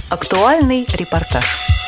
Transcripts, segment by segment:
Актуальный репортаж.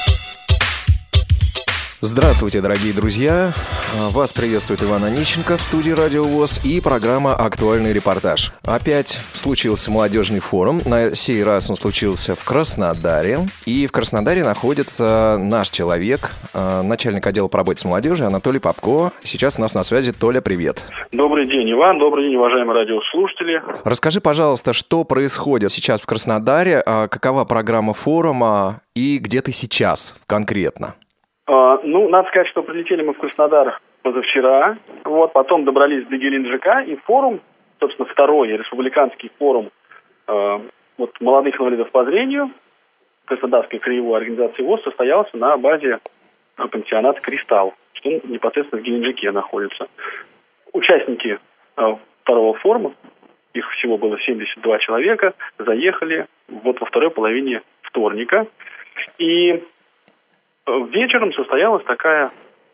Здравствуйте, дорогие друзья! Вас приветствует Иван Онищенко в студии Радио ВОС и программа «Актуальный репортаж». Опять случился молодежный форум. На сей раз он случился в Краснодаре. И в Краснодаре находится наш человек, начальник отдела по работе с молодежью Анатолий Попко. Сейчас у нас на связи. Толя, привет. Добрый день, Иван. Добрый день, уважаемые радиослушатели. Расскажи, пожалуйста, что происходит сейчас в Краснодаре, какова программа форума и где ты сейчас конкретно? Надо сказать, что прилетели мы в Краснодар позавчера, потом добрались до Геленджика, и форум, собственно, второй республиканский форум молодых инвалидов по зрению Краснодарской краевой организации ВОС состоялся на базе пансионата «Кристалл», что непосредственно в Геленджике находится. Участники второго форума, их всего было 72 человека, заехали во второй половине вторника, и вечером состоялось такое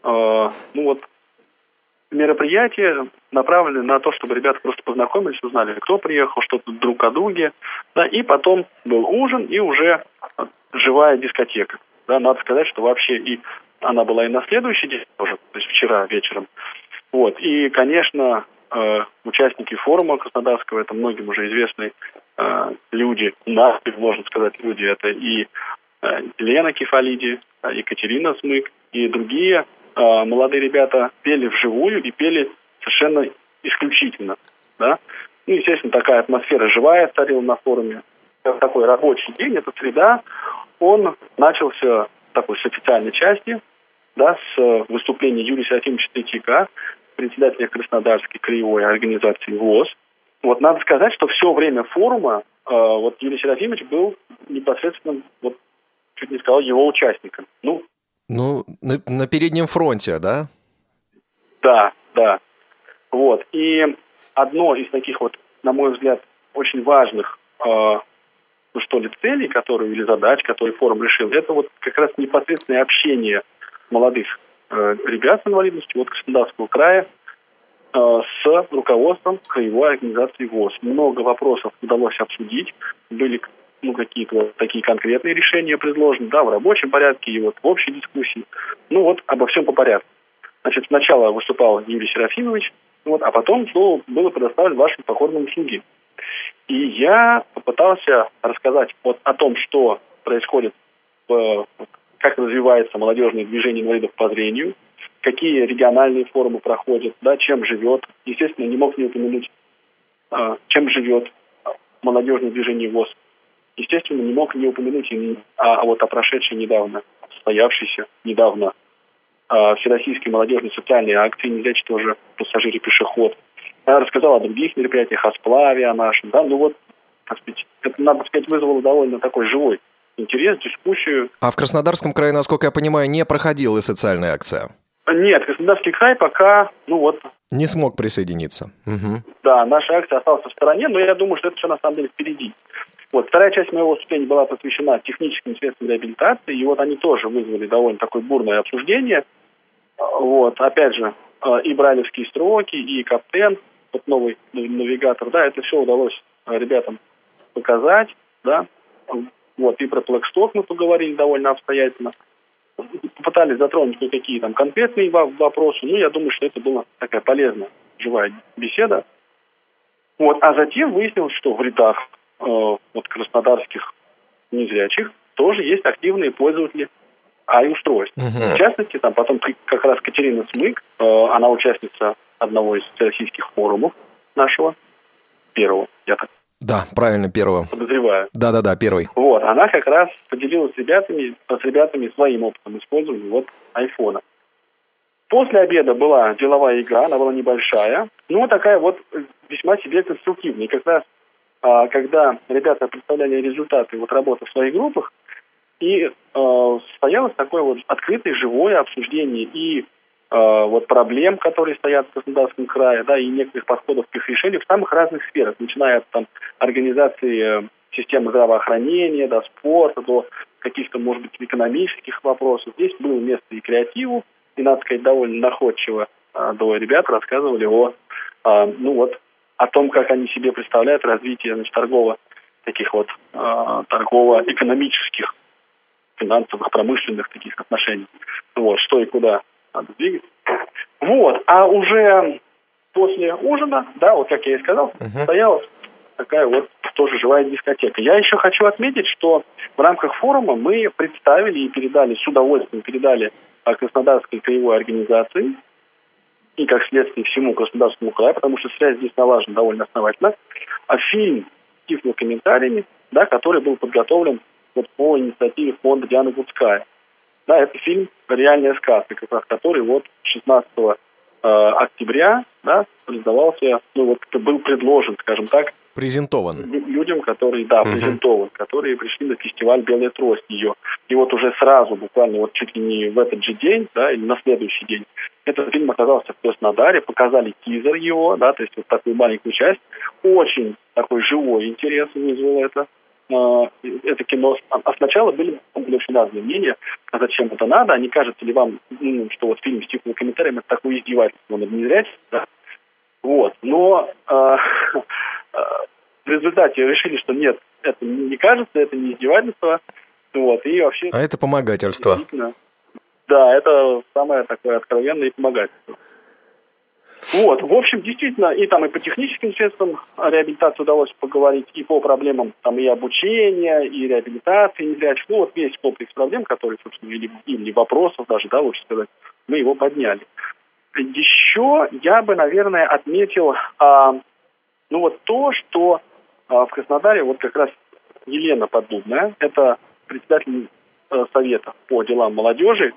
мероприятие, направленное на то, чтобы ребята просто познакомились, узнали, кто приехал, что-то друг о друге. Да, и потом был ужин и уже живая дискотека. Да, надо сказать, что вообще и она была и на следующий день тоже, то есть вчера вечером. И, конечно, участники форума Краснодарского, это многим уже известные люди, можно сказать, люди, это и Лена Кефалиди, Екатерина Смык и другие молодые ребята пели вживую и пели совершенно исключительно. Да? Естественно, такая атмосфера живая царила на форуме. Такой рабочий день, это среда, он начался с официальной части, да, с выступления Юрия Серафимовича Третьяка, председателя Краснодарской краевой организации ВОС. Надо сказать, что все время форума Юрий Серафимович был непосредственно, чуть не сказал, его участником. На переднем фронте, да? Да. И одно из таких, на мой взгляд, очень важных, целей, или задач, которые форум решил, это как раз непосредственное общение молодых ребят с инвалидностью Краснодарского края с руководством краевой организации ВОС. Много вопросов удалось обсудить, были какие-то такие конкретные решения предложены, да, в рабочем порядке и в общей дискуссии. Обо всем по порядку. Сначала выступал Юрий Серафимович, а потом слово было предоставлено вашим покорным слуге. И я попытался рассказать о том, что происходит, как развивается молодежное движение инвалидов по зрению, какие региональные форумы проходят, да, чем живет. Естественно, не мог не упомянуть, чем живет молодежное движение ВОС. Естественно, не мог не упомянуть о прошедшей недавно, состоявшейся недавно Всероссийской молодежной социальной акции «Нельзячий тоже пассажир и пешеход». Я рассказал о других мероприятиях, о сплаве, о нашем. Да? Это, надо сказать, вызвало довольно такой живой интерес, дискуссию. А в Краснодарском крае, насколько я понимаю, не проходила социальная акция? Нет, Краснодарский край пока, не смог присоединиться. Угу. Да, наша акция осталась в стороне, но я думаю, что это все на самом деле впереди. Вторая часть моего выступления была посвящена техническим средствам реабилитации, и они тоже вызвали довольно такое бурное обсуждение. Опять же, и брайлевские строки, и Каптен, новый навигатор, да, это все удалось ребятам показать, да. И про Флагшток мы поговорили довольно обстоятельно. Попытались затронуть кое-какие конкретные вопросы, я думаю, что это была такая полезная, живая беседа. А затем выяснилось, что в рядах краснодарских незрячих тоже есть активные пользователи ай-устройств. Uh-huh. В частности, потом как раз Катерина Смык, она участница одного из всероссийских форумов нашего, первого, я так Да, правильно, первого. подозреваю. Да, первый. Она как раз поделилась с ребятами своим опытом использования айфона. После обеда была деловая игра, она была небольшая, такая весьма себе конструктивная. И как раз когда ребята представляли результаты работы в своих группах, и состоялось такое открытое, живое обсуждение и проблем, которые стоят в Краснодарском крае, да, и некоторых подходов к их решению в самых разных сферах, начиная от организации системы здравоохранения, до спорта, до каких-то, может быть, экономических вопросов. Здесь было место и креативу, и, надо сказать, довольно находчиво двое ребят рассказывали о том, как они себе представляют развитие торгово таких вот торгово-экономических, финансовых, промышленных таких отношений. Вот, что и куда надо двигать. Вот, а уже после ужина, да, вот как я и сказал, состоялась такая вот тоже живая дискотека. Я еще хочу отметить, что в рамках форума мы представили и передали, с удовольствием передали Краснодарской краевой организации и, как следствие, всему Краснодарскому краю, потому что связь здесь налажена довольно основательно, фильм с тифлокомментариями, да, который был подготовлен вот по инициативе фонда Дианы Гурцкая. Да, это фильм «Реальная сказка», как раз который вот 16 октября, да, создавался, ну вот был предложен, скажем так, презентован людям, которые, да, презентован, которые пришли на фестиваль «Белая трость» ее. И вот уже сразу, буквально вот чуть ли не в этот же день, да, или на следующий день, этот фильм оказался в Краснодаре, показали тизер его, да, то есть вот такую маленькую часть. Очень такой живой интерес вызвало это кино. А сначала были очень разные мнения, а зачем это надо, не кажется ли вам, что вот фильм с тихими комментариями это такое издевательство, надо внедрять, да? Вот, но в результате решили, что нет, это не кажется, это не издевательство, вот, и вообще... А это помогательство. Да, это самое такое откровенное и помогательство. Вот, в общем, действительно, и там и по техническим средствам реабилитации удалось поговорить, и по проблемам там и обучения, и реабилитации незрячих. Ну, вот весь комплекс проблем, которые, собственно, или вопросов даже, да, лучше сказать, мы его подняли. Еще я бы, наверное, отметил, ну, вот то, что в Краснодаре вот как раз Елена Поддубная, это председатель Совета по делам молодежи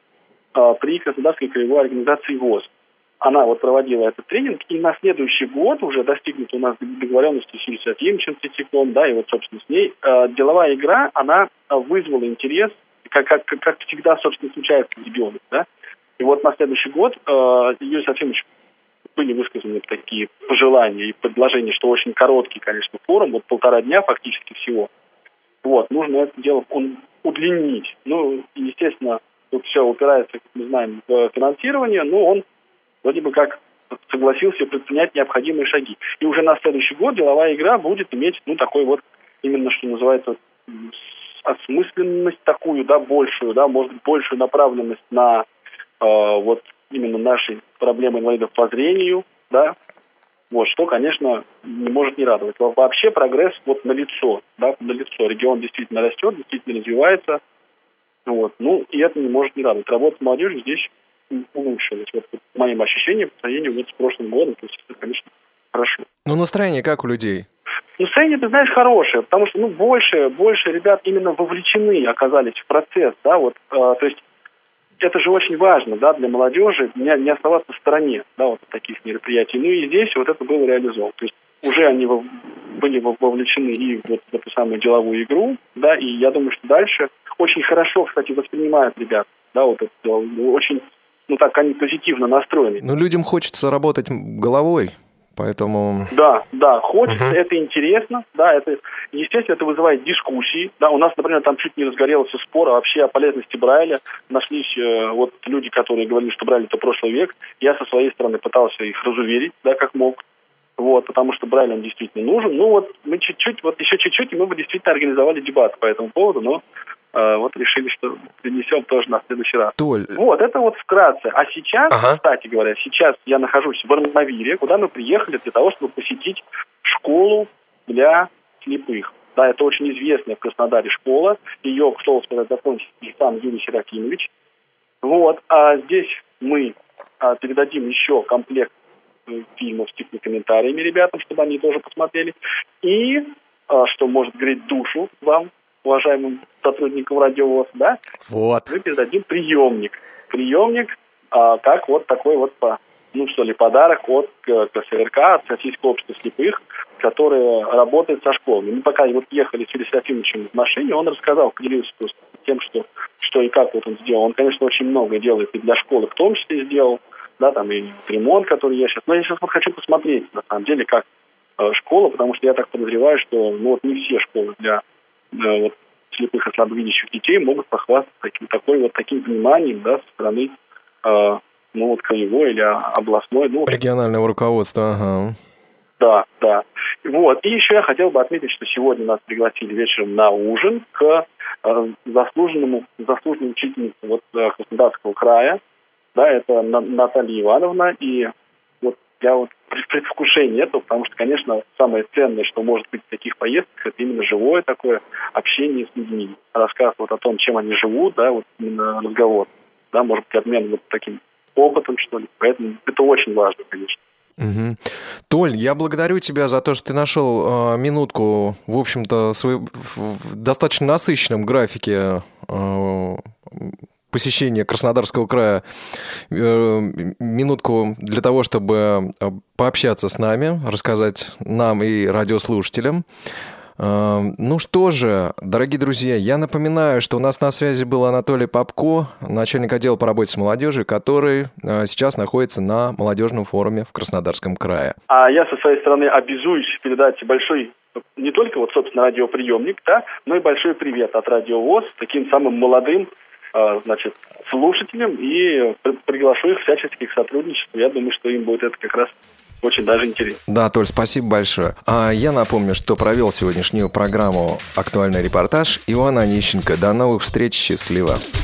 при Краснодарской краевой организации ВОС. Она вот проводила этот тренинг, и на следующий год уже достигнута у нас договоренности с Юрием Серафимовичем Третьяком, да, и вот, собственно, с ней деловая игра, она вызвала интерес, как всегда, собственно, случается в регионах, да. И вот на следующий год Юрий Серафимович были высказаны такие пожелания и предложения, что очень короткий, конечно, форум, вот 1,5 дня фактически всего. Вот, нужно это дело удлинить. Ну, естественно, тут все упирается, как мы знаем, в финансирование, но он вроде бы как согласился предпринять необходимые шаги. И уже на следующий год деловая игра будет иметь, ну, такой вот, именно, что называется, осмысленность такую, да, большую, да, может быть, большую направленность на вот именно наши проблемы инвалидов по зрению, да, вот, что, конечно, не может не радовать. Вообще прогресс вот налицо, да, налицо. Регион действительно растет, действительно развивается, вот, ну, и это не может не радовать. Работа с молодежью здесь улучшилась, вот, по моим ощущениям, по сравнению вот с прошлым годом, то есть это, конечно, хорошо. Ну, настроение как у людей? Настроение, ты знаешь, хорошее, потому что, ну, больше ребят именно вовлечены оказались в процесс, да, вот, то есть это же очень важно, да, для молодежи не оставаться в стороне, да, вот таких мероприятий. Ну и здесь вот это было реализовано. То есть уже они были вовлечены и вот в эту самую деловую игру, да, и я думаю, что дальше очень хорошо, кстати, воспринимают ребят, да, вот это очень, ну так, они позитивно настроены. Ну, людям хочется работать головой. Поэтому... Да, хочется, это интересно, да, это, естественно, это вызывает дискуссии, да, у нас, например, там чуть не разгорелся спор вообще о полезности Брайля, нашлись вот люди, которые говорили, что Брайль это прошлый век, я со своей стороны пытался их разуверить, да, как мог, вот, потому что Брайль, он действительно нужен, ну вот, мы еще чуть-чуть, и мы бы действительно организовали дебат по этому поводу, но вот решили, что принесем тоже на следующий раз. Толь. Вот, это вот вкратце. А сейчас, кстати говоря, сейчас я нахожусь в Армавире, куда мы приехали для того, чтобы посетить школу для слепых. Да, это очень известная в Краснодаре школа. Ее, к слову сказать, закончил сам Юрий Серафимович. Вот, а здесь мы передадим еще комплект фильмов с тихими комментариями ребятам, чтобы они тоже посмотрели. И, что может греть душу вам, уважаемым сотрудникам Радио ВОС, да, вот. Мы передадим приемник. Приемник, как вот такой вот, ну что ли, подарок от КСРК, от Российского общества слепых, которое работает со школами. Мы пока вот ехали с Юрием Серафимовичем в машине, он рассказал, поделился просто тем, что и как вот он сделал. Он, конечно, очень много делает и для школы в том числе сделал, да, там и ремонт, который я сейчас... Но я сейчас вот хочу посмотреть, на самом деле, как школа, потому что я так подозреваю, что, ну, вот не все школы для вот, слепых и слабовидящих детей могут похвастаться таким вниманием, да, со стороны, ну, вот, краевой или областной. Ну, регионального руководства, ага. Да, да. Вот. И еще я хотел бы отметить, что сегодня нас пригласили вечером на ужин к заслуженной учительнице Краснодарского края. Да, это Наталья Ивановна. И вот я вот в предвкушении этого, потому что, конечно, самое ценное, что может быть в таких поездках, это именно живое такое общение с людьми. Рассказ вот о том, чем они живут, да, вот именно разговор. Да, может быть, обмен вот таким опытом, что ли. Поэтому это очень важно, конечно. Угу. Толь, я благодарю тебя за то, что ты нашел минутку, в общем-то, в достаточно насыщенном графике посещения Краснодарского края, минутку для того, чтобы пообщаться с нами, рассказать нам и радиослушателям. Ну что же, дорогие друзья, я напоминаю, что у нас на связи был Анатолий Попко, начальник отдела по работе с молодежью, который сейчас находится на молодежном форуме в Краснодарском крае. А я со своей стороны обязуюсь передать большой, не только вот, собственно, радиоприемник, да, но и большой привет от Радио ВОС таким самым молодым, значит, слушателям, и приглашу их всячески к сотрудничеству. Я думаю, что им будет это как раз очень даже интересно. Да, Толь, спасибо большое. А я напомню, что провел сегодняшнюю программу «Актуальный репортаж» Иван Онищенко. До новых встреч, счастливо.